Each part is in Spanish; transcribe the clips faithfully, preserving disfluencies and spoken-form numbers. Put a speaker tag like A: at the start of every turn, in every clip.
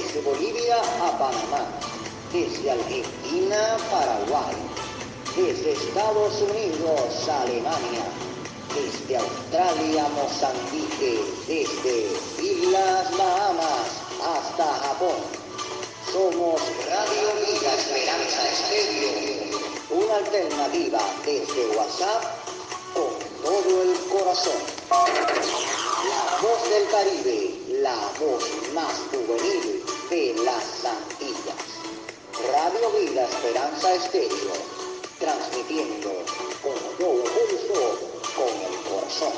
A: desde Bolivia a Panamá, desde Argentina a Paraguay, desde Estados Unidos a Alemania, desde Australia a Mozambique, desde Islas Bahamas hasta Japón. Somos Radio Vida Esperanza Estéreo, una alternativa desde WhatsApp con todo el corazón. La voz del Caribe, la voz más juvenil de las Antillas. Radio Vida Esperanza Estéreo, transmitiendo con todo pulso, con el corazón.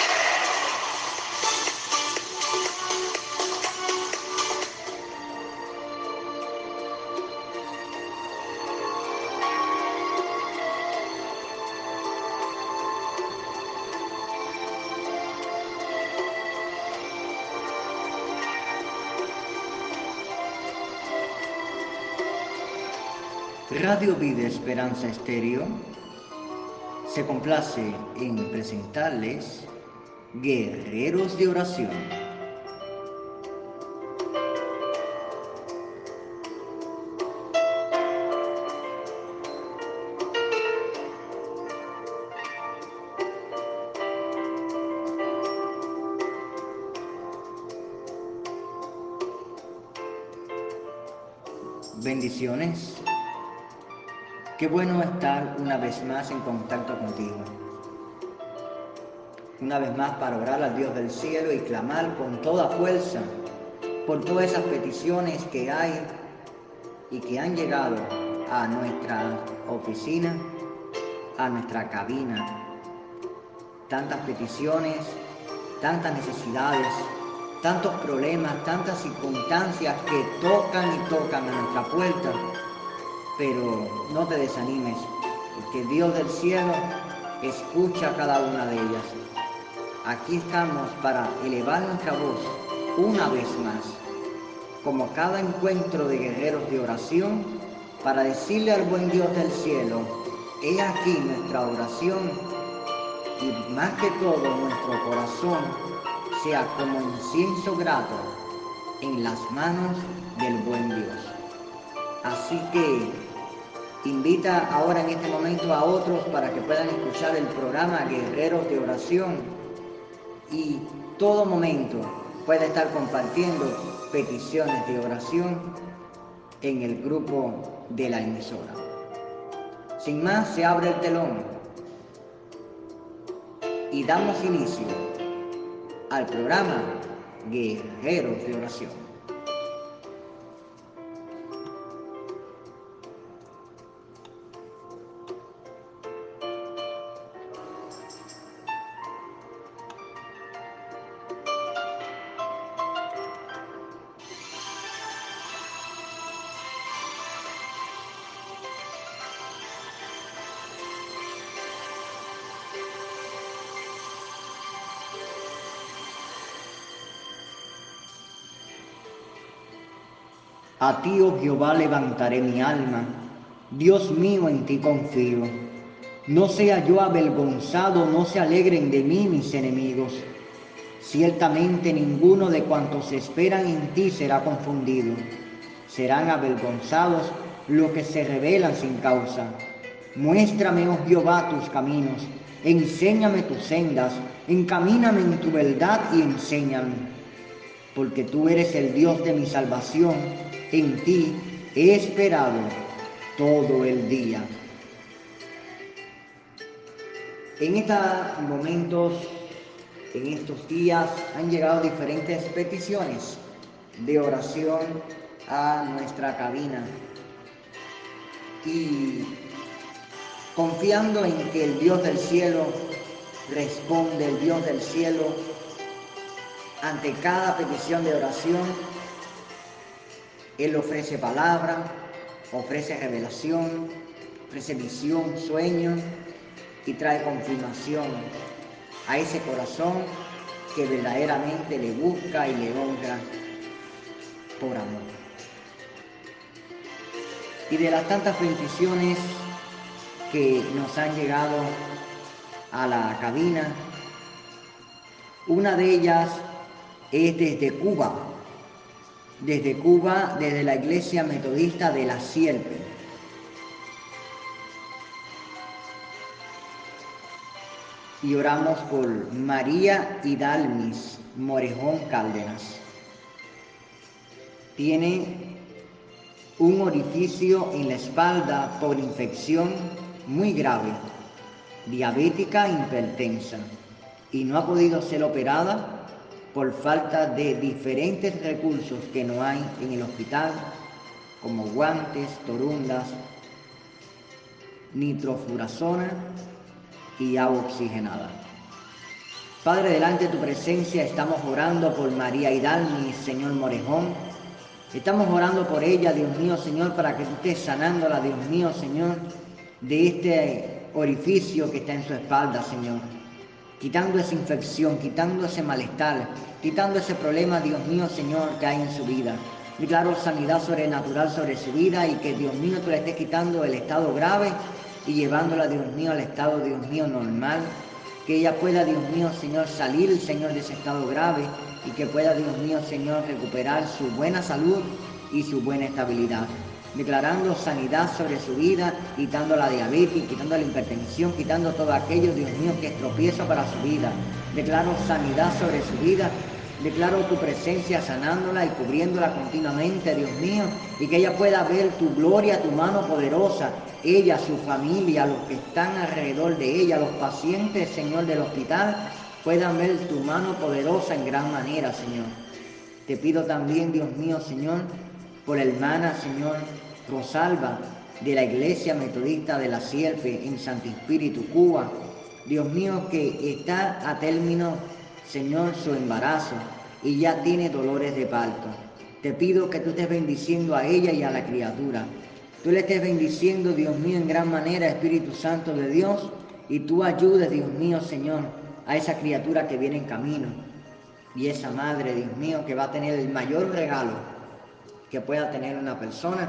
B: Radio Vida Esperanza Estéreo se complace en presentarles Guerreros de Oración. Bendiciones. Qué bueno estar una vez más en contacto contigo. Una vez más para orar al Dios del cielo y clamar con toda fuerza por todas esas peticiones que hay y que han llegado a nuestra oficina, a nuestra cabina. Tantas peticiones, tantas necesidades, tantos problemas, tantas circunstancias que tocan y tocan a nuestra puerta. Pero no te desanimes, porque Dios del cielo escucha cada una de ellas. Aquí estamos para elevar nuestra voz una vez más, como cada encuentro de guerreros de oración, para decirle al buen Dios del cielo, he aquí nuestra oración, y más que todo nuestro corazón sea como incienso grato en las manos del buen Dios. Así que invita ahora en este momento a otros para que puedan escuchar el programa Guerreros de Oración, y todo momento puede estar compartiendo peticiones de oración en el grupo de la emisora. Sin más, se abre el telón y damos inicio al programa Guerreros de Oración. A ti, oh Jehová, levantaré mi alma, Dios mío, en ti confío. No sea yo avergonzado, no se alegren de mí mis enemigos. Ciertamente ninguno de cuantos esperan en ti será confundido. Serán avergonzados los que se rebelan sin causa. Muéstrame, oh Jehová, tus caminos, enséñame tus sendas, encamíname en tu verdad y enséñame. Porque tú eres el Dios de mi salvación, en ti he esperado todo el día. En estos momentos, en estos días, han llegado diferentes peticiones de oración a nuestra cabina. Y confiando en que el Dios del cielo responde, el Dios del cielo, ante cada petición de oración, Él ofrece palabra, ofrece revelación, ofrece visión, sueño y trae confirmación a ese corazón que verdaderamente le busca y le honra por amor. Y de las tantas bendiciones que nos han llegado a la cabina, una de ellas es desde Cuba, desde Cuba, desde la Iglesia Metodista de la Sierpe. Y oramos por María Hidalmis Morejón Cárdenas. Tiene un orificio en la espalda por infección muy grave, diabética e hipertensa, y no ha podido ser operada por falta de diferentes recursos que no hay en el hospital, como guantes, torundas, nitrofurazona y agua oxigenada. Padre, delante de tu presencia estamos orando por María Hidalmis, Señor Morejón. Estamos orando por ella, Dios mío, Señor, para que tú estés sanándola, Dios mío, Señor, de este orificio que está en su espalda, Señor. Quitando esa infección, quitando ese malestar, quitando ese problema, Dios mío, Señor, que hay en su vida. Declaro sanidad sobrenatural sobre su vida y que, Dios mío, tú le estés quitando el estado grave y llevándola, Dios mío, al estado, Dios mío, normal. Que ella pueda, Dios mío, Señor, salir, Señor, de ese estado grave y que pueda, Dios mío, Señor, recuperar su buena salud y su buena estabilidad. Declarando sanidad sobre su vida, quitando la diabetes, quitando la hipertensión, quitando todo aquello, Dios mío, que es tropiezo para su vida. Declaro sanidad sobre su vida. Declaro tu presencia sanándola y cubriéndola continuamente, Dios mío, y que ella pueda ver tu gloria, tu mano poderosa, ella, su familia, los que están alrededor de ella, los pacientes, Señor, del hospital, puedan ver tu mano poderosa en gran manera, Señor. Te pido también, Dios mío, Señor, por la hermana, Señor, Rosalba, de la Iglesia Metodista de la Sierpe en Santo Espíritu, Cuba. Dios mío, que está a término, Señor, su embarazo y ya tiene dolores de parto. Te pido que tú estés bendiciendo a ella y a la criatura. Tú le estés bendiciendo, Dios mío, en gran manera, Espíritu Santo de Dios, y tú ayudes, Dios mío, Señor, a esa criatura que viene en camino. Y esa madre, Dios mío, que va a tener el mayor regalo que pueda tener una persona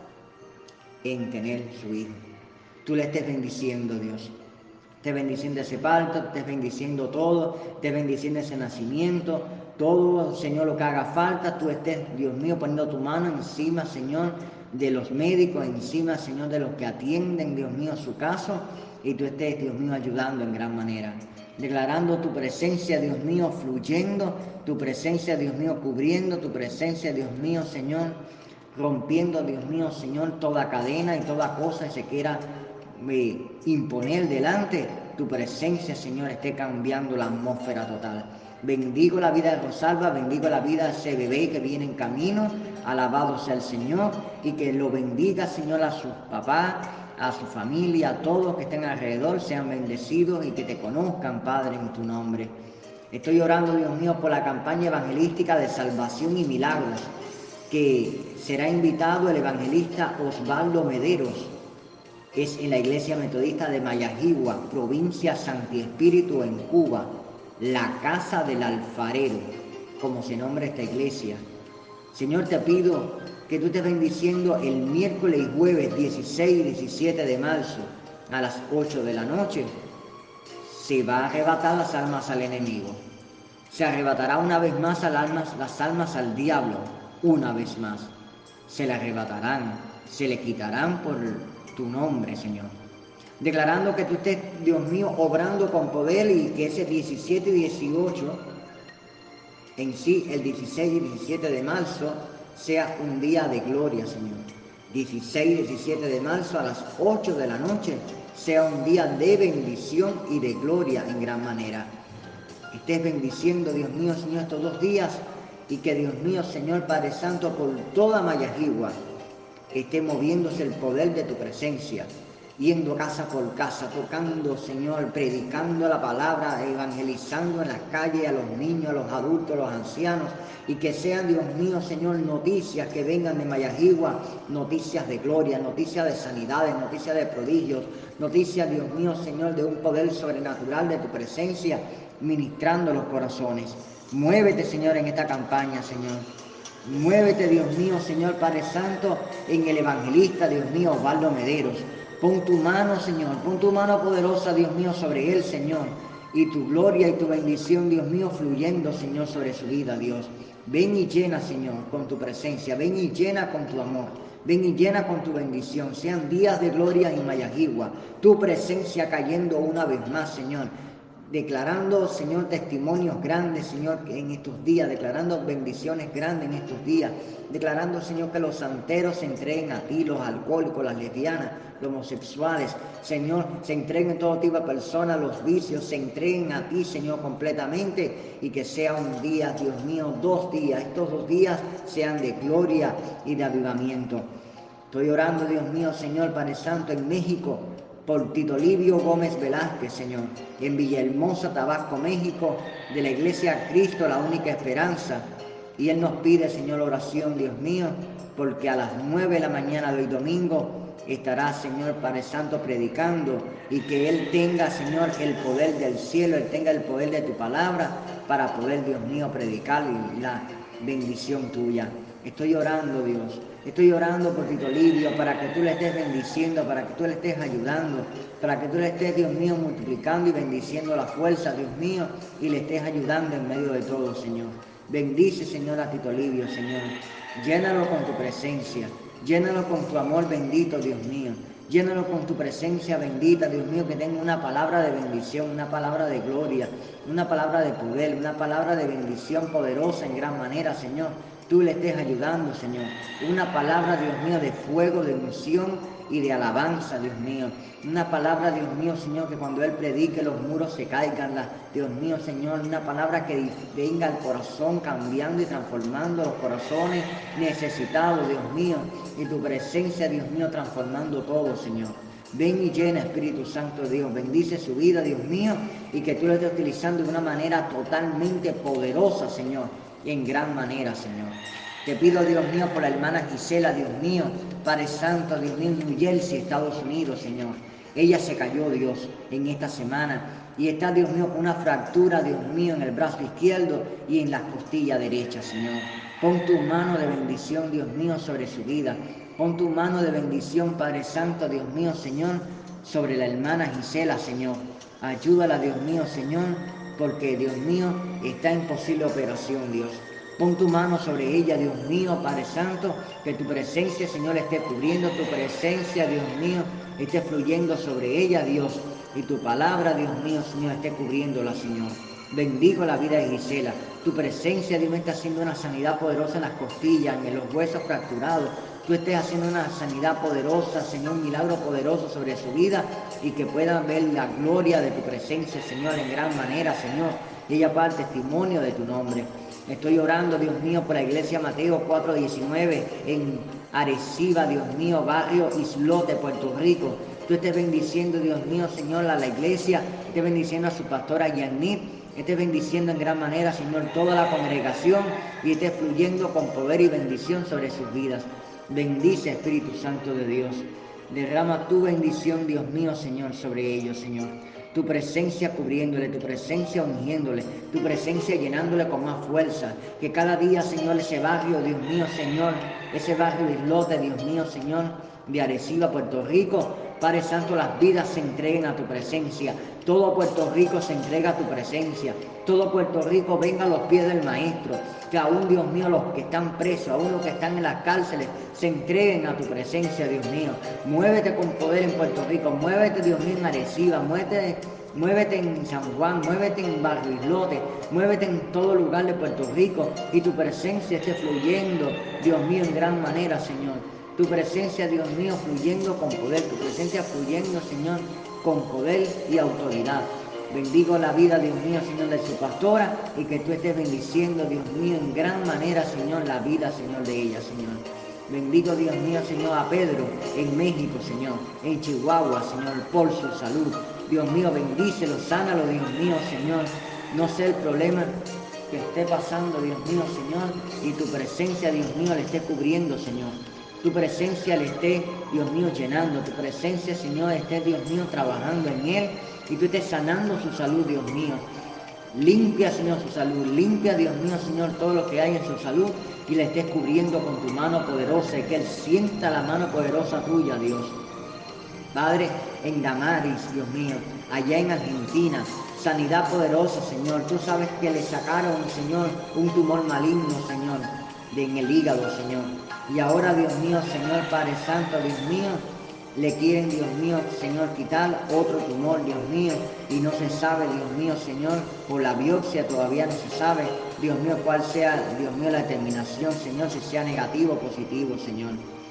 B: en tener su hijo. Tú le estés bendiciendo, Dios. Estés bendiciendo ese parto, estés bendiciendo todo, estés bendiciendo ese nacimiento, todo, Señor, lo que haga falta, tú estés, Dios mío, poniendo tu mano encima, Señor, de los médicos, encima, Señor, de los que atienden, Dios mío, su caso, y tú estés, Dios mío, ayudando en gran manera. Declarando tu presencia, Dios mío, fluyendo, tu presencia, Dios mío, cubriendo, tu presencia, Dios mío, Señor, rompiendo, Dios mío, Señor, toda cadena y toda cosa que se quiera eh, imponer delante, tu presencia, Señor, esté cambiando la atmósfera total. Bendigo la vida de Rosalba, bendigo la vida de ese bebé que viene en camino, alabado sea el Señor, y que lo bendiga, Señor, a sus papás, a su familia, a todos que estén alrededor, sean bendecidos y que te conozcan, Padre, en tu nombre. Estoy orando, Dios mío, por la campaña evangelística de salvación y milagros, que será invitado el evangelista Osvaldo Mederos. Es en la Iglesia Metodista de Mayagüa, provincia Santi Espíritu, en Cuba, la Casa del Alfarero, como se nombra esta iglesia. Señor, te pido que tú estés bendiciendo el miércoles y jueves dieciséis y diecisiete de marzo a las ocho de la noche. Se va a arrebatar las almas al enemigo. Se arrebatará una vez más las almas, las almas al diablo, una vez más. Se le arrebatarán, se le quitarán por tu nombre, Señor. Declarando que tú estés, Dios mío, obrando con poder y que ese diecisiete y dieciocho, en sí el dieciséis y diecisiete de marzo, sea un día de gloria, Señor. dieciséis y diecisiete de marzo a las ocho de la noche sea un día de bendición y de gloria en gran manera. Estés bendiciendo, Dios mío, Señor, estos dos días y que, Dios mío, Señor Padre Santo, por toda Mayagüa esté moviéndose el poder de tu presencia, yendo casa por casa, tocando, Señor, predicando la palabra, evangelizando en las calles a los niños, a los adultos, a los ancianos, y que sean, Dios mío, Señor, noticias que vengan de Mayagüa, noticias de gloria, noticias de sanidades, noticias de prodigios, noticias, Dios mío, Señor, de un poder sobrenatural de tu presencia, ministrando los corazones. Muévete, Señor, en esta campaña, Señor. Muévete, Dios mío, Señor Padre Santo, en el evangelista, Dios mío, Osvaldo Mederos. Pon tu mano, Señor, pon tu mano poderosa, Dios mío, sobre él, Señor. y tu gloria y tu bendición, Dios mío, fluyendo, Señor, sobre su vida, Dios. Ven y llena, Señor, con tu presencia, ven y llena con tu amor, ven y llena con tu bendición. Sean días de gloria en Mayagüita, tu presencia cayendo una vez más, Señor. Declarando, Señor, testimonios grandes, Señor, en estos días, declarando bendiciones grandes en estos días, declarando, Señor, que los santeros se entreguen a ti, los alcohólicos, las lesbianas, los homosexuales, Señor, se entreguen todo tipo de personas, los vicios, se entreguen a ti, Señor, completamente, y que sea un día, Dios mío, dos días, estos dos días sean de gloria y de avivamiento. Estoy orando, Dios mío, Señor, Padre Santo, en México, por Tito Livio Gómez Velázquez, Señor, en Villahermosa, Tabasco, México, de la Iglesia Cristo, la única esperanza. Y Él nos pide, Señor, oración, Dios mío, porque a las nueve de la mañana de hoy domingo estará, Señor, Padre Santo, predicando, y que Él tenga, Señor, el poder del cielo, Él tenga el poder de tu palabra para poder, Dios mío, predicar la bendición tuya. Estoy orando, Dios. Estoy orando por Tito Livio para que tú le estés bendiciendo, para que tú le estés ayudando, para que tú le estés, Dios mío, multiplicando y bendiciendo la fuerza, Dios mío, y le estés ayudando en medio de todo, Señor. Bendice, Señor, a Tito Livio, Señor. Llénalo con tu presencia, llénalo con tu amor bendito, Dios mío. Llénalo con tu presencia bendita, Dios mío, que tenga una palabra de bendición, una palabra de gloria, una palabra de poder, una palabra de bendición poderosa en gran manera, Señor. Tú le estés ayudando, Señor. Una palabra, Dios mío, de fuego, de unción y de alabanza, Dios mío. Una palabra, Dios mío, Señor, que cuando Él predique los muros se caigan, la, Dios mío, Señor. Una palabra que venga al corazón cambiando y transformando los corazones necesitados, Dios mío. Y tu presencia, Dios mío, transformando todo, Señor. Ven y llena, Espíritu Santo de Dios. Bendice su vida, Dios mío, y que tú lo estés utilizando de una manera totalmente poderosa, Señor. En gran manera, Señor. Te pido, Dios mío, por la hermana Gisela, Dios mío, Padre Santo, Dios mío, en New Jersey, Estados Unidos, Señor. Ella se cayó, Dios, en esta semana y está, Dios mío, con una fractura, Dios mío, en el brazo izquierdo y en la costilla derecha, Señor. Pon tu mano de bendición, Dios mío, sobre su vida. Pon tu mano de bendición, Padre Santo, Dios mío, Señor, sobre la hermana Gisela, Señor. Ayúdala, Dios mío, Señor, porque, Dios mío, está en posible operación, Dios. Pon tu mano sobre ella, Dios mío, Padre Santo, que tu presencia, Señor, esté cubriendo, tu presencia, Dios mío, esté fluyendo sobre ella, Dios, y tu palabra, Dios mío, Señor, esté cubriéndola, Señor. Bendigo la vida de Gisela. Tu presencia, Dios mío, está haciendo una sanidad poderosa en las costillas, en los huesos fracturados. Tú estés haciendo una sanidad poderosa, Señor, un milagro poderoso sobre su vida y que puedan ver la gloria de tu presencia, Señor, en gran manera, Señor. Y ella para el testimonio de tu nombre. Estoy orando, Dios mío, por la iglesia Mateo cuatro diecinueve en Arecibo, Dios mío, barrio Islote, Puerto Rico. Tú estés bendiciendo, Dios mío, Señor, a la iglesia, estés bendiciendo a su pastora Yanit, estés bendiciendo en gran manera, Señor, toda la congregación y estés fluyendo con poder y bendición sobre sus vidas. Bendice, Espíritu Santo de Dios. Derrama tu bendición, Dios mío, Señor, sobre ellos, Señor. Tu presencia cubriéndole, tu presencia ungiéndole, tu presencia llenándole con más fuerza. Que cada día, Señor, ese barrio, Dios mío, Señor, ese barrio de Islote, Dios mío, Señor, de Arecibo, Puerto Rico, Padre Santo, las vidas se entreguen a tu presencia. Todo Puerto Rico se entrega a tu presencia. Todo Puerto Rico venga a los pies del Maestro. Que aún, Dios mío, los que están presos, aún los que están en las cárceles, se entreguen a tu presencia, Dios mío. Muévete con poder en Puerto Rico. Muévete, Dios mío, en Arecibo. Muévete, muévete en San Juan. Muévete en Barrio Islote. Muévete en todo lugar de Puerto Rico. Y tu presencia esté fluyendo, Dios mío, en gran manera, Señor. Tu presencia, Dios mío, fluyendo con poder. Tu presencia fluyendo, Señor, con poder y autoridad. Bendigo la vida, Dios mío, Señor, de su pastora y que tú estés bendiciendo, Dios mío, en gran manera, Señor, la vida, Señor, de ella, Señor. Bendigo, Dios mío, Señor, a Pedro en México, Señor, en Chihuahua, Señor, por su salud. Dios mío, bendícelo, sánalo, Dios mío, Señor. No sé el problema que esté pasando, Dios mío, Señor, y tu presencia, Dios mío, le esté cubriendo, Señor. Tu presencia le esté, Dios mío, llenando. Tu presencia, Señor, esté, Dios mío, trabajando en él. Y tú estés sanando su salud, Dios mío. Limpia, Señor, su salud. Limpia, Dios mío, Señor, todo lo que hay en su salud. Y le estés cubriendo con tu mano poderosa. Y que él sienta la mano poderosa tuya, Dios. Padre, en Damaris, Dios mío, allá en Argentina, sanidad poderosa, Señor. Tú sabes que le sacaron, Señor, un tumor maligno, Señor, de en el hígado, Señor. Y ahora, Dios mío, Señor Padre Santo, Dios mío, le quieren, Dios mío, Señor, quitar otro tumor, Dios mío, y no se sabe, Dios mío, Señor, por la biopsia todavía no se sabe, Dios mío, cuál sea, Dios mío, la determinación, Señor, si sea negativo o positivo, Señor.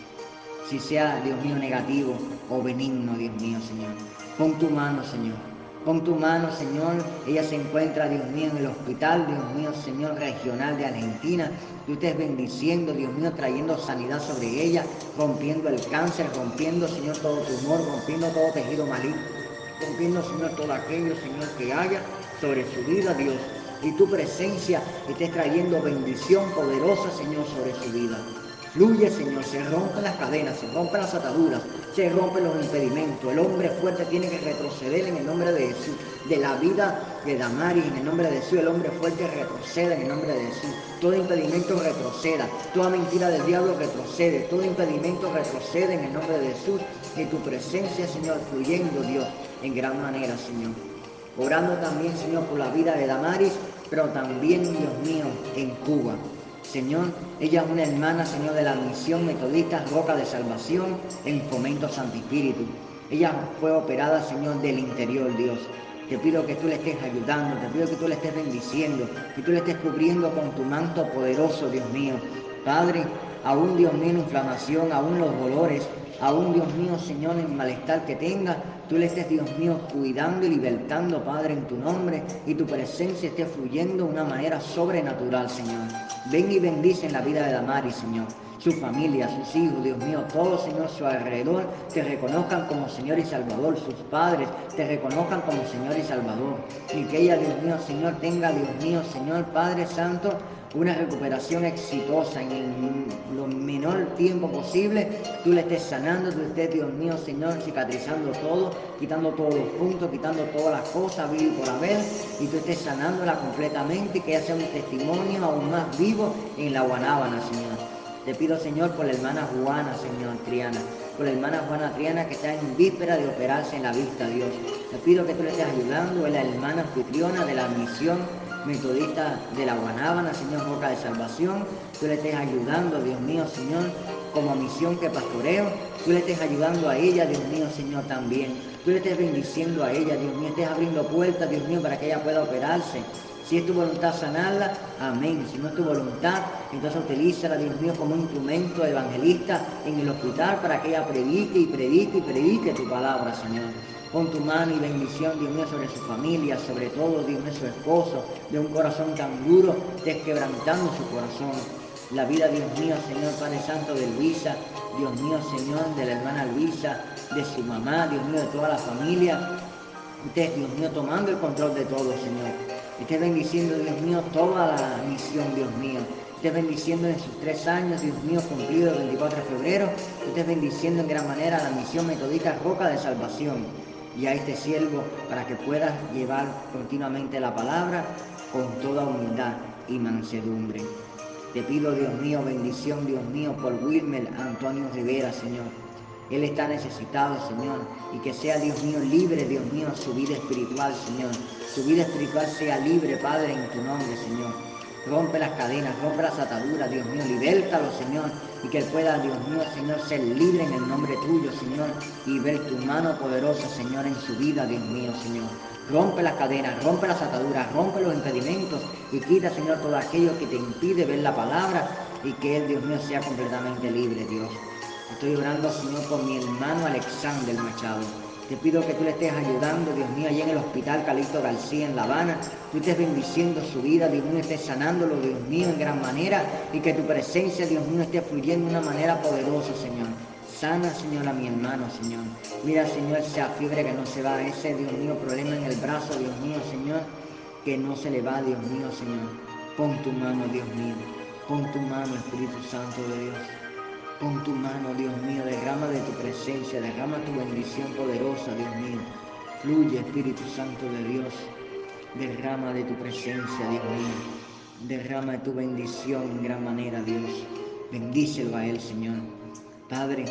B: Si sea, Dios mío, negativo o benigno, Dios mío, Señor. Pon tu mano, Señor. Pon tu mano, Señor. Ella se encuentra, Dios mío, en el hospital, Dios mío, Señor, regional de Argentina. Tú estés bendiciendo, Dios mío, trayendo sanidad sobre ella, rompiendo el cáncer, rompiendo, Señor, todo tumor, rompiendo todo tejido maligno, rompiendo, Señor, todo aquello, Señor, que haya sobre su vida, Dios. Y tu presencia esté trayendo bendición poderosa, Señor, sobre su vida. Fluye, Señor, se rompen las cadenas, se rompen las ataduras, se rompen los impedimentos. El hombre fuerte tiene que retroceder en el nombre de Jesús. De la vida de Damaris, en el nombre de Jesús, el hombre fuerte retrocede en el nombre de Jesús. Todo impedimento retroceda, toda mentira del diablo retrocede, todo impedimento retrocede en el nombre de Jesús. Y tu presencia, Señor, fluyendo, Dios, en gran manera, Señor. Orando también, Señor, por la vida de Damaris, pero también, Dios mío, en Cuba. Señor, ella es una hermana, Señor, de la Misión Metodista Roca de Salvación en Fomento Santo Espíritu. Ella fue operada, Señor, del interior, Dios. Te pido que tú le estés ayudando, te pido que tú le estés bendiciendo, que tú le estés cubriendo con tu manto poderoso, Dios mío. Padre, aún, Dios mío, en inflamación, aún los dolores, aún, Dios mío, Señor, en malestar que tenga, tú le estés, Dios mío, cuidando y libertando, Padre, en tu nombre, y tu presencia esté fluyendo de una manera sobrenatural, Señor. Ven y bendice en la vida de Damaris, Señor. Su familia, sus hijos, Dios mío, todos, Señor, su alrededor, te reconozcan como Señor y Salvador. Sus padres te reconozcan como Señor y Salvador. Y que ella, Dios mío, Señor, tenga, Dios mío, Señor, Padre Santo, una recuperación exitosa en el lo menor tiempo posible. Tú le estés sanando, tú estés, Dios mío, Señor, cicatrizando todo, quitando todos los puntos, quitando todas las cosas, vivo y por haber, y tú estés sanándola completamente y que ella sea un testimonio aún más vivo en la Guanábana, Señor. Te pido, Señor, por la hermana Juana, Señor, Triana, por la hermana Juana Triana que está en víspera de operarse en la vista, Dios. Te pido que tú le estés ayudando, es la hermana anfitriona de la Misión Metodista de la Guanábana, Señor, Roca de Salvación. Tú le estés ayudando, Dios mío, Señor, como misión que pastoreo. Tú le estés ayudando a ella, Dios mío, Señor, también. Tú le estés bendiciendo a ella, Dios mío, estés abriendo puertas, Dios mío, para que ella pueda operarse. Si es tu voluntad sanarla, amén. Si no es tu voluntad, entonces utilízala, Dios mío, como un instrumento evangelista en el hospital para que ella predique y predique y predique tu palabra, Señor. Pon tu mano y bendición, Dios mío, sobre su familia, sobre todo, Dios mío, su esposo, de un corazón tan duro, desquebrantando su corazón. La vida, Dios mío, Señor Padre Santo, de Luisa, Dios mío, Señor, de la hermana Luisa, de su mamá, Dios mío, de toda la familia. Usted, Dios mío, tomando el control de todo, Señor. Esté bendiciendo, Dios mío, toda la misión, Dios mío. Esté bendiciendo en sus tres años, Dios mío, cumplido el veinticuatro de febrero. Esté bendiciendo en gran manera a la Misión Metodista Roca de Salvación y a este siervo para que pueda llevar continuamente la palabra con toda humildad y mansedumbre. Te pido, Dios mío, bendición, Dios mío, por Wilmer Antonio Rivera, Señor. Él está necesitado, Señor, y que sea, Dios mío, libre, Dios mío, su vida espiritual, Señor. Su vida espiritual sea libre, Padre, en tu nombre, Señor. Rompe las cadenas, rompe las ataduras, Dios mío, libértalo, Señor, y que él pueda, Dios mío, Señor, ser libre en el nombre tuyo, Señor, y ver tu mano poderosa, Señor, en su vida, Dios mío, Señor. Rompe las cadenas, rompe las ataduras, rompe los impedimentos y quita, Señor, todo aquello que te impide ver la palabra y que él, Dios mío, sea completamente libre, Dios. Estoy orando, Señor, por mi hermano Alexander Machado. Te pido que tú le estés ayudando, Dios mío, allí en el hospital Calixto García en La Habana. Tú estés bendiciendo su vida, Dios mío, estés sanándolo, Dios mío, en gran manera. Y que tu presencia, Dios mío, esté fluyendo de una manera poderosa, Señor. Sana, Señor, a mi hermano, Señor. Mira, Señor, esa fiebre que no se va, ese, Dios mío, problema en el brazo, Dios mío, Señor, que no se le va, Dios mío, Señor. Pon tu mano, Dios mío. Pon tu mano, Espíritu Santo de Dios. Pon tu mano, Dios mío, derrama de tu presencia, derrama tu bendición poderosa, Dios mío. Fluye, Espíritu Santo de Dios, derrama de tu presencia, Dios mío. Derrama de tu bendición en gran manera, Dios. Bendícelo a Él, Señor. Padre,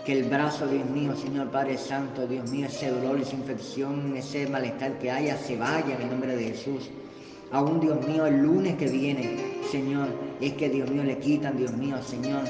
B: Que el brazo, Dios mío, Señor Padre Santo, Dios mío, ese dolor, esa infección, ese malestar que haya, se vaya en el nombre de Jesús. Aún, Dios mío, el lunes que viene, Señor, es que, Dios mío, le quitan, Dios mío, Señor,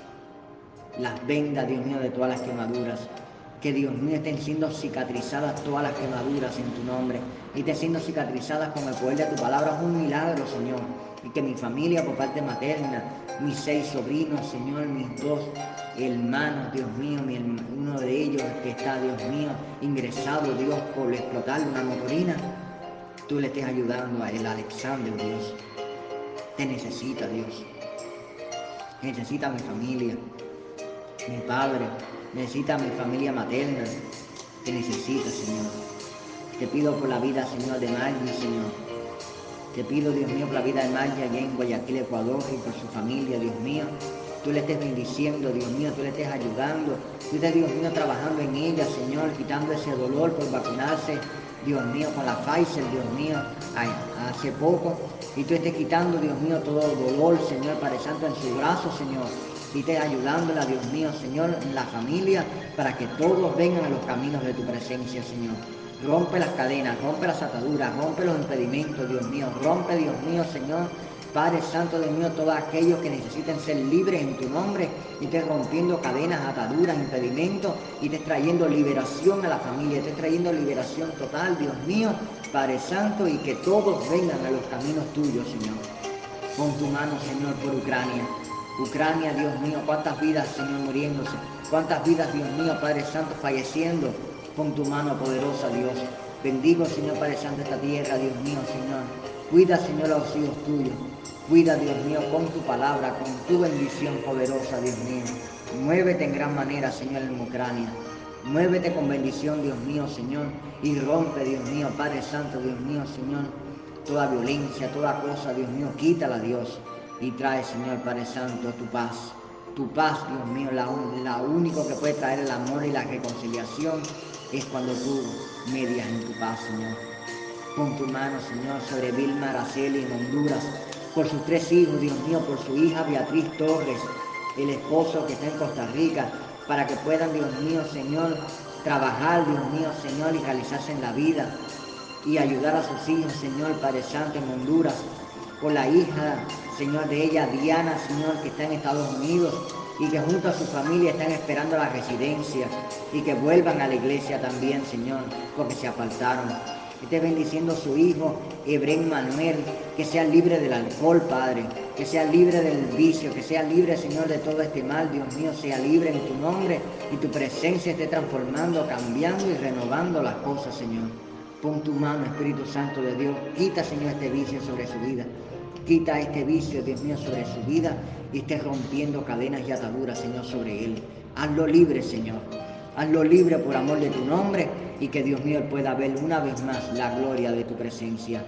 B: las vendas, Dios mío, de todas las quemaduras. Que, Dios mío, estén siendo cicatrizadas todas las quemaduras en tu nombre. Y estén siendo cicatrizadas con el poder de tu palabra. Es un milagro, Señor. Y que mi familia por parte materna, mis seis sobrinos, Señor, mis dos hermanos, Dios mío, mi herma, uno de ellos que está, Dios mío, ingresado, Dios, por explotar una motorina, tú le estés ayudando a él, Alexander, Dios. Te necesita, Dios. Necesita a mi familia, mi padre, necesita a mi familia materna. Te necesita, Señor. Te pido por la vida, Señor, de Maggie, Señor. Te pido, Dios mío, por la vida de Maggie allá en Guayaquil, Ecuador, y por su familia, Dios mío. Tú le estés bendiciendo, Dios mío, tú le estés ayudando. Tú estés, Dios mío, trabajando en ella, Señor, quitando ese dolor por vacunarse, Dios mío, con la Pfizer, Dios mío, hace poco. Y tú estés quitando, Dios mío, todo dolor, Señor, Padre Santo, en su brazo, Señor. Y estés ayudándola, Dios mío, Señor, en la familia, para que todos vengan a los caminos de tu presencia, Señor. Rompe las cadenas, rompe las ataduras, rompe los impedimentos, Dios mío. Rompe, Dios mío, Señor, Padre Santo, Dios mío, todos aquellos que necesiten ser libres en tu nombre, y estés rompiendo cadenas, ataduras, impedimentos, y estés trayendo liberación a la familia, estés trayendo liberación total, Dios mío, Padre Santo, y que todos vengan a los caminos tuyos, Señor. Pon tu mano, Señor, por Ucrania. Ucrania, Dios mío, cuántas vidas, Señor, muriéndose, cuántas vidas, Dios mío, Padre Santo, falleciendo. Pon tu mano poderosa, Dios. Bendigo, Señor, Padre Santo, esta tierra, Dios mío, Señor. Cuida, Señor, a los hijos tuyos. Cuida, Dios mío, con tu palabra, con tu bendición poderosa, Dios mío. Muévete en gran manera, Señor, en Ucrania. Muévete con bendición, Dios mío, Señor. Y rompe, Dios mío, Padre Santo, Dios mío, Señor, toda violencia, toda cosa, Dios mío, quítala, Dios. Y trae, Señor, Padre Santo, tu paz. Tu paz, Dios mío, la, la único que puede traer el amor y la reconciliación es cuando tú medias en tu paz, Señor. Pon tu mano, Señor, sobre Vilma Araceli en Honduras, por sus tres hijos, Dios mío, por su hija Beatriz Torres, el esposo que está en Costa Rica, para que puedan, Dios mío, Señor, trabajar, Dios mío, Señor, y realizarse en la vida, y ayudar a sus hijos, Señor, Padre Santo, en Honduras, por la hija, Señor, de ella, Diana, Señor, que está en Estados Unidos, y que junto a su familia están esperando la residencia, y que vuelvan a la iglesia también, Señor, porque se apartaron. Esté bendiciendo a su hijo, Hebrén Manuel, que sea libre del alcohol, Padre, que sea libre del vicio, que sea libre, Señor, de todo este mal, Dios mío, sea libre en tu nombre, y tu presencia esté transformando, cambiando y renovando las cosas, Señor. Pon tu mano, Espíritu Santo de Dios, quita, Señor, este vicio sobre su vida. Quita este vicio, Dios mío, sobre su vida, y esté rompiendo cadenas y ataduras, Señor, sobre él. Hazlo libre, Señor. Hazlo libre por amor de tu nombre, y que, Dios mío, él pueda ver una vez más la gloria de tu presencia.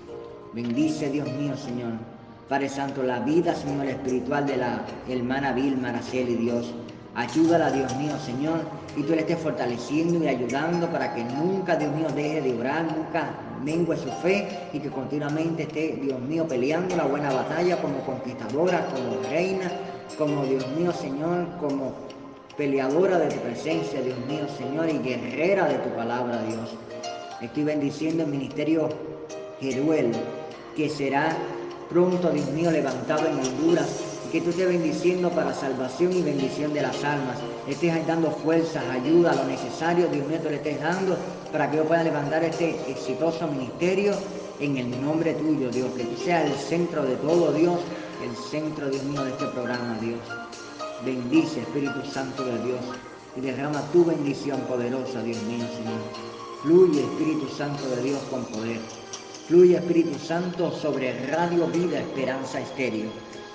B: Bendice, Dios mío, Señor, Padre Santo, la vida, Señor, espiritual de la hermana Vilma Araceli, Dios. Ayúdala, Dios mío, Señor, y tú le estés fortaleciendo y ayudando para que nunca, Dios mío, deje de orar, nunca mengue su fe, y que continuamente esté, Dios mío, peleando la buena batalla como conquistadora, como reina, como, Dios mío, Señor, como peleadora de tu presencia, Dios mío, Señor, y guerrera de tu palabra, Dios. Estoy bendiciendo el ministerio Jeruel, que será pronto, Dios mío, levantado en Honduras, y que tú estés bendiciendo para salvación y bendición de las almas. Estés dando fuerzas, ayuda, lo necesario, Dios mío, tú le estés dando para que yo pueda levantar este exitoso ministerio en el nombre tuyo, Dios. Que tú seas el centro de todo, Dios, el centro, Dios mío, de este programa, Dios. Bendice, Espíritu Santo de Dios, y derrama tu bendición poderosa, Dios mío, Señor. Fluye, Espíritu Santo de Dios, con poder. Fluye, Espíritu Santo, sobre Radio Vida Esperanza Estéreo.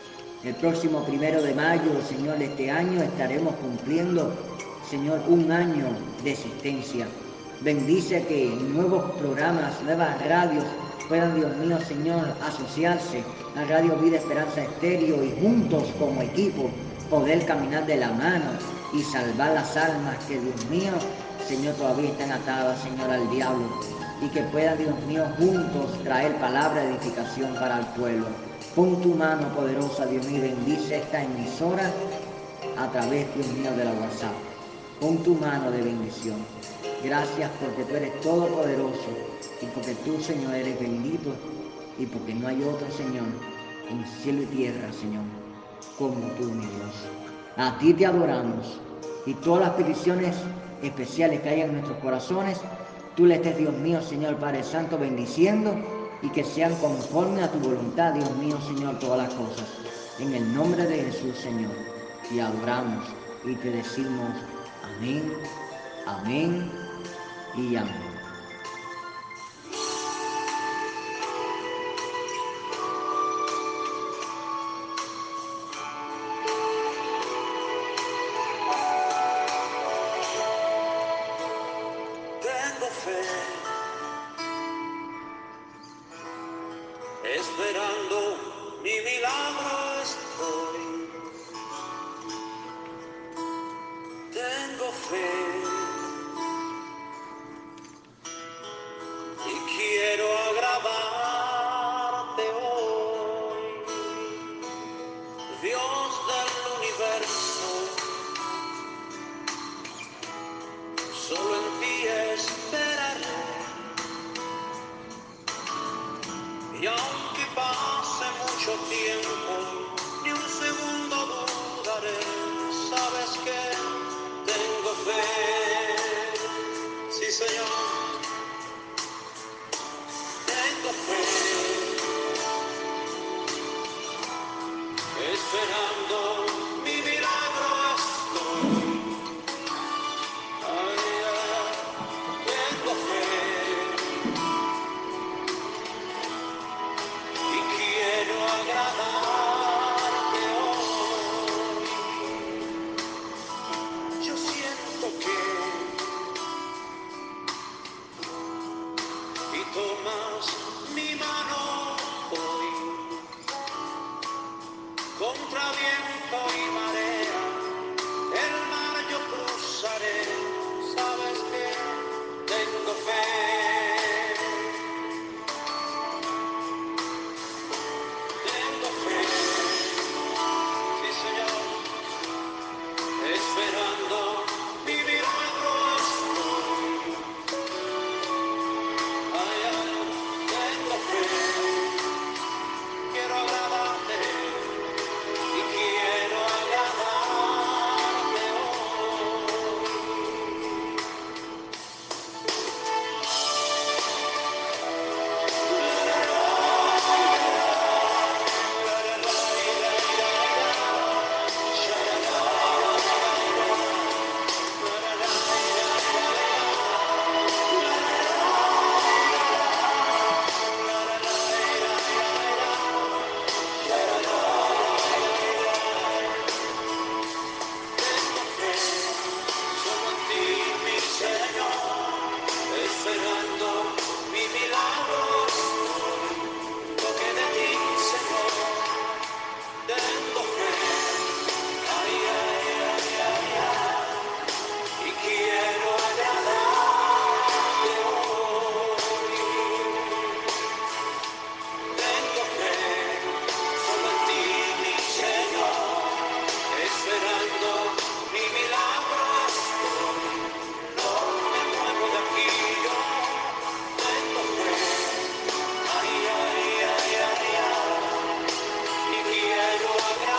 B: El próximo primero de mayo, Señor, de este año estaremos cumpliendo, Señor, un año de existencia. Bendice que nuevos programas, nuevas radios puedan, Dios mío, Señor, asociarse a Radio Vida Esperanza Estéreo, y juntos como equipo poder caminar de la mano y salvar las almas que, Dios mío, Señor, todavía están atadas, Señor, al diablo, y que puedan, Dios mío, juntos traer palabra de edificación para el pueblo. Pon tu mano poderosa, Dios mío, y bendice esta emisora a través, Dios mío, de la WhatsApp. Pon tu mano de bendición. Gracias porque tú eres todopoderoso y porque tú, Señor, eres bendito y porque no hay otro, Señor, en cielo y tierra, Señor, como tú, mi Dios. A ti te adoramos y todas las peticiones especiales que hay en nuestros corazones, tú le estés, Dios mío, Señor Padre Santo, bendiciendo y que sean conforme a tu voluntad, Dios mío, Señor, todas las cosas. En el nombre de Jesús, Señor, te adoramos y te decimos amén, amén y amén.
C: Tengo fe, esperando mi milagro estoy. Tengo fe y quiero agradarte hoy. Dios del universo, solo en ti esperaré. Y aunque pase mucho tiempo, ni un segundo dudaré. Sabes que tengo fe, sí Señor, tengo fe, esperando mi milagro estoy. Ay, ay, tengo fe y quiero agradarte hoy. Yo siento que y tomas mi mano hoy, contra viento y marea, el mar yo cruzaré. Sabes que tengo fe, tengo fe, sí Señor, esperando mi milagro estoy. Ay, ay, tengo fe, quiero agradarte y quiero agradarte solo en ti, mi Señor, esperando mi milagro estoy. Porque de ti, Señor, tengo fe. Ay, ay, ay, ay, ay, y quiero agradarte hoy. Tengo fe, solo en ti, mi Señor, esperando mi milagro estoy. No me muevo de aquí, yo tengo fe. Ay, ay, ay, ay, ay, y quiero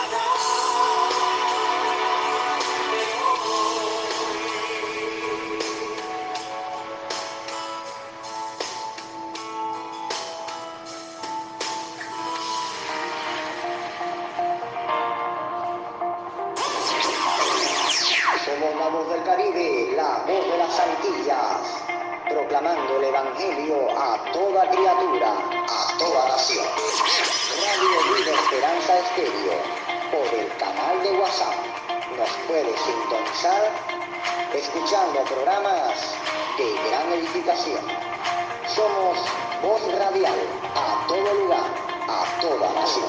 C: agradarte hoy.
A: Somos la voz del Caribe, la voz de las Antillas, proclamando el Evangelio a toda criatura, a toda nación. Radio Vida Esperanza Estéreo, por el canal de WhatsApp. Nos puede sintonizar escuchando programas de gran edificación. Somos voz radial a todo lugar, a toda nación.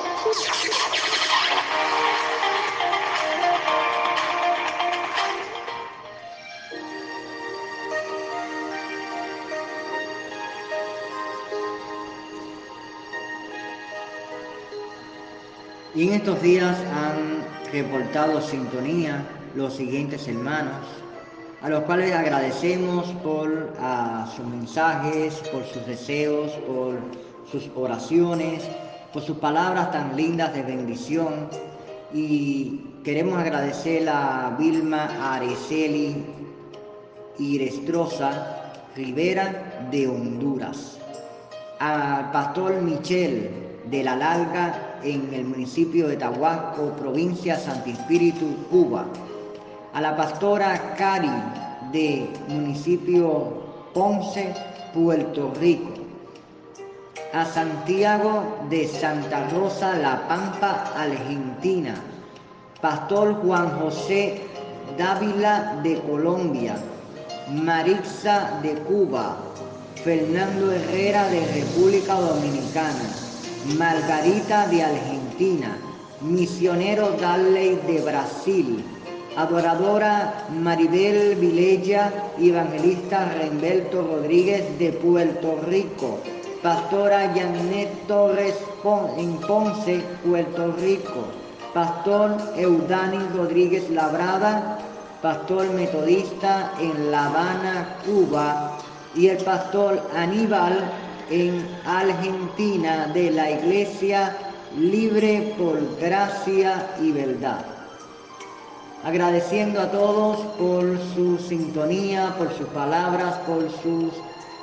B: Y en estos días han reportado sintonía los siguientes hermanos: a los cuales agradecemos por uh, sus mensajes, por sus deseos, por sus oraciones, por sus palabras tan lindas de bendición. Y queremos agradecer a Vilma Araceli Irestrosa Rivera de Honduras, al pastor Michel de La Larga en el municipio de Tahuasco, provincia Santo Espíritu, Cuba, a la pastora Cari de municipio Ponce, Puerto Rico, a Santiago de Santa Rosa, La Pampa, Argentina, pastor Juan José Dávila de Colombia, Maritza de Cuba, Fernando Herrera de República Dominicana, Margarita de Argentina, misionero Darley de Brasil, adoradora Maribel Vilella y evangelista Remberto Rodríguez de Puerto Rico, pastora Janet Torres en Ponce, Puerto Rico, pastor Eudani Rodríguez Labrada, pastor metodista en La Habana, Cuba, y el pastor Aníbal en Argentina de la Iglesia Libre por Gracia y Verdad. Agradeciendo a todos por su sintonía, por sus palabras, por sus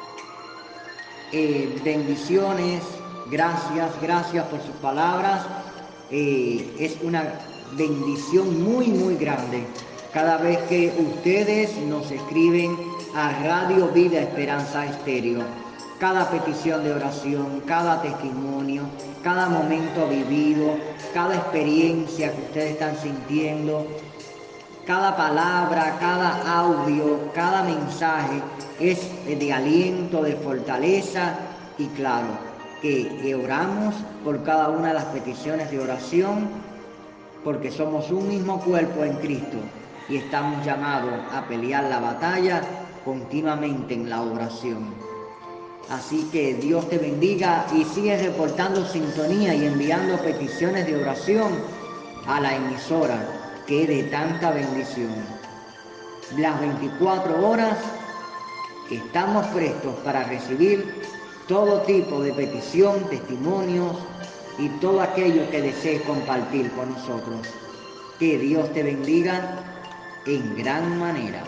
B: eh, bendiciones. Gracias, gracias por sus palabras. Eh, es una bendición muy, muy grande cada vez que ustedes nos escriben a Radio Vida Esperanza Estéreo. Cada petición de oración, cada testimonio, cada momento vivido, cada experiencia que ustedes están sintiendo, cada palabra, cada audio, cada mensaje es de aliento, de fortaleza y claro, que, que oramos por cada una de las peticiones de oración porque somos un mismo cuerpo en Cristo y estamos llamados a pelear la batalla continuamente en la oración. Así que Dios te bendiga y sigue reportando sintonía y enviando peticiones de oración a la emisora que es de tanta bendición. Las veinticuatro horas estamos prestos para recibir todo tipo de petición, testimonios y todo aquello que desees compartir con nosotros. Que Dios te bendiga en gran manera.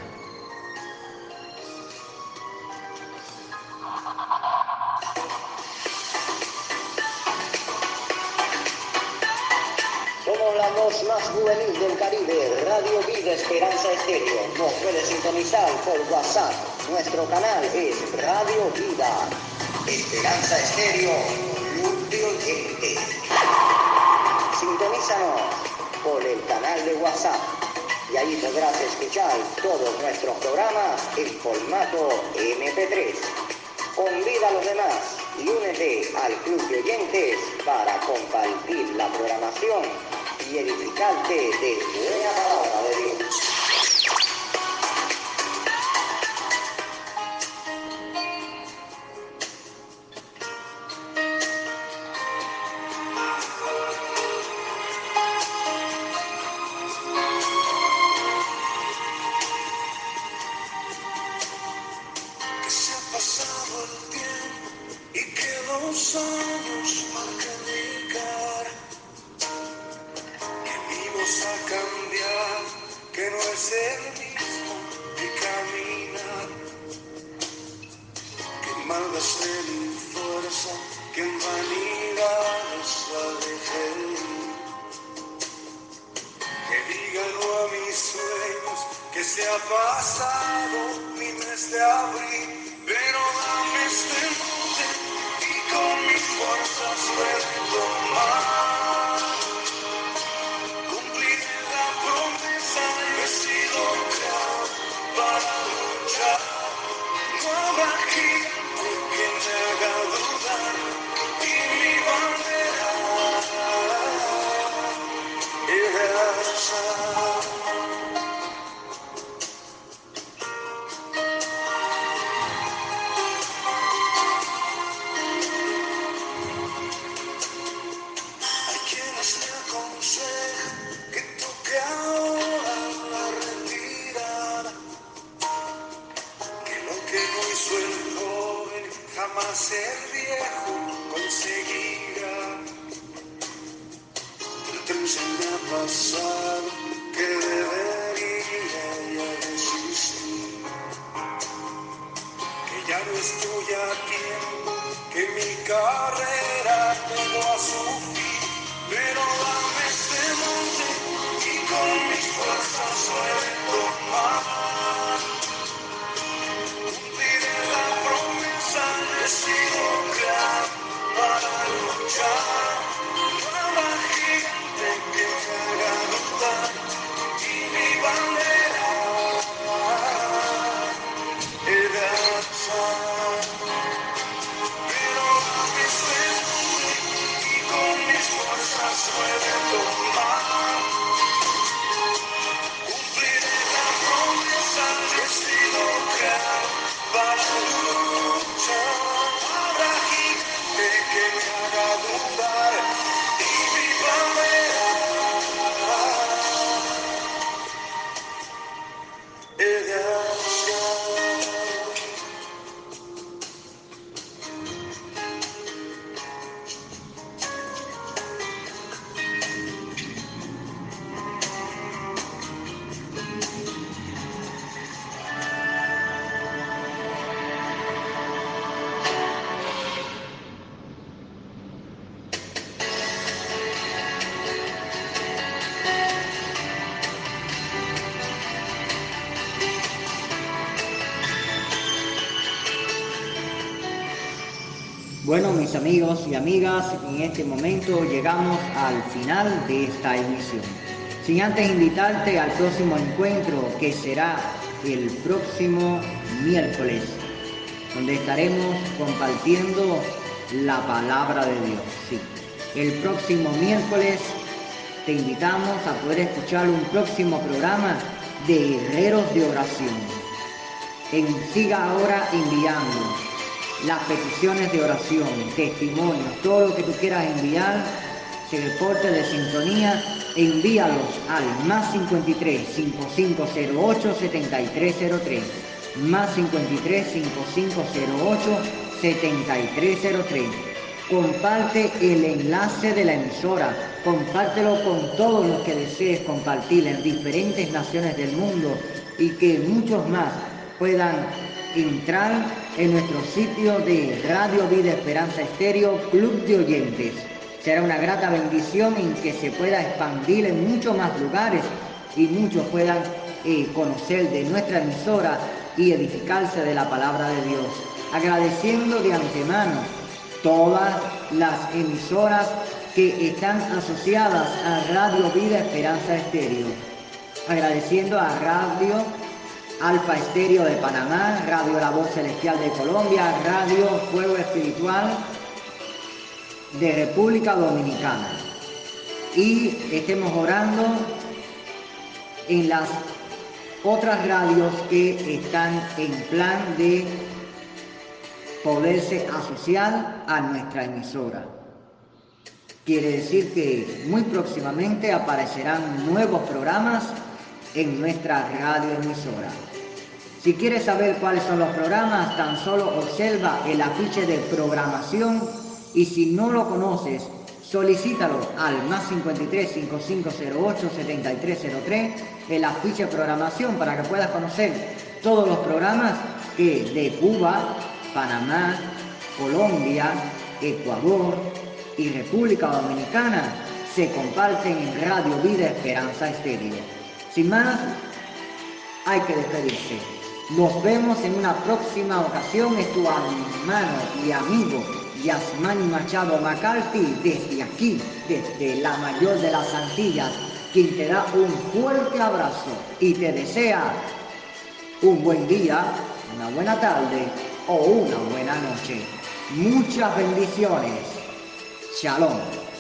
A: Somos la voz más juvenil del Caribe, Radio Vida Esperanza Estéreo. Nos puede sintonizar por WhatsApp. Nuestro canal es Radio Vida Esperanza Estéreo, Luz de Oyente. Sintonízanos por el canal de WhatsApp y ahí podrás escuchar todos nuestros programas en formato eme pe tres. Convida a los demás y únete al club de oyentes para compartir la programación y edificarte de buena palabra de Dios.
C: pasado que debería ya desistir, que ya no estoy a tiempo, que mi carrera llegó a su fin, pero dame este monte y con mis fuerzas suelto más. Cumpliré la promesa, decido crear para luchar. Habrá gente que me haga dudar y mi bandera he de alzar. Pero dame este monte y con mis fuerzas suelto más. Cumpliré la promesa, decido crear para luchar. Habrá gente que me haga dudar y mi bandera he de alzar.
B: Bueno, mis amigos y amigas, en este momento llegamos al final de esta emisión. Sin antes invitarte al próximo encuentro, que será el próximo miércoles, donde estaremos compartiendo la palabra de Dios. Sí, el próximo miércoles te invitamos a poder escuchar un próximo programa de Guerreros de Oración. En, siga ahora enviando las peticiones de oración, testimonios, todo lo que tú quieras enviar, se reporte de sintonía, envíalos al más cincuenta y tres, cincuenta y cinco cero ocho, setenta y tres cero tres, más cincuenta y tres, cincuenta y cinco cero ocho, setenta y tres cero tres. Comparte el enlace de la emisora, compártelo con todos los que desees compartir en diferentes naciones del mundo y que muchos más puedan entrar en nuestro sitio de Radio Vida Esperanza Estéreo, Club de Oyentes. Será una grata bendición en que se pueda expandir en muchos más lugares y muchos puedan eh, conocer de nuestra emisora y edificarse de la palabra de Dios. Agradeciendo de antemano todas las emisoras que están asociadas a Radio Vida Esperanza Estéreo. Agradeciendo a Radio Alfa Estéreo de Panamá, Radio La Voz Celestial de Colombia, Radio Fuego Espiritual de República Dominicana. Y estemos orando en las otras radios que están en plan de poderse asociar a nuestra emisora. Quiere decir que muy próximamente aparecerán nuevos programas en nuestra radio emisora. Si quieres saber cuáles son los programas, tan solo observa el afiche de programación y si no lo conoces, solicítalo al más cincuenta y tres, cincuenta y cinco cero ocho, setenta y tres cero tres, el afiche de programación para que puedas conocer todos los programas que de Cuba, Panamá, Colombia, Ecuador y República Dominicana se comparten en Radio Vida Esperanza Estéreo. Sin más, hay que despedirse. Nos vemos en una próxima ocasión. Es tu hermano y amigo Yasmani Machado McCarthy, desde aquí, desde la mayor de las Antillas, quien te da un fuerte abrazo y te desea un buen día, una buena tarde o una buena noche. Muchas bendiciones. Shalom.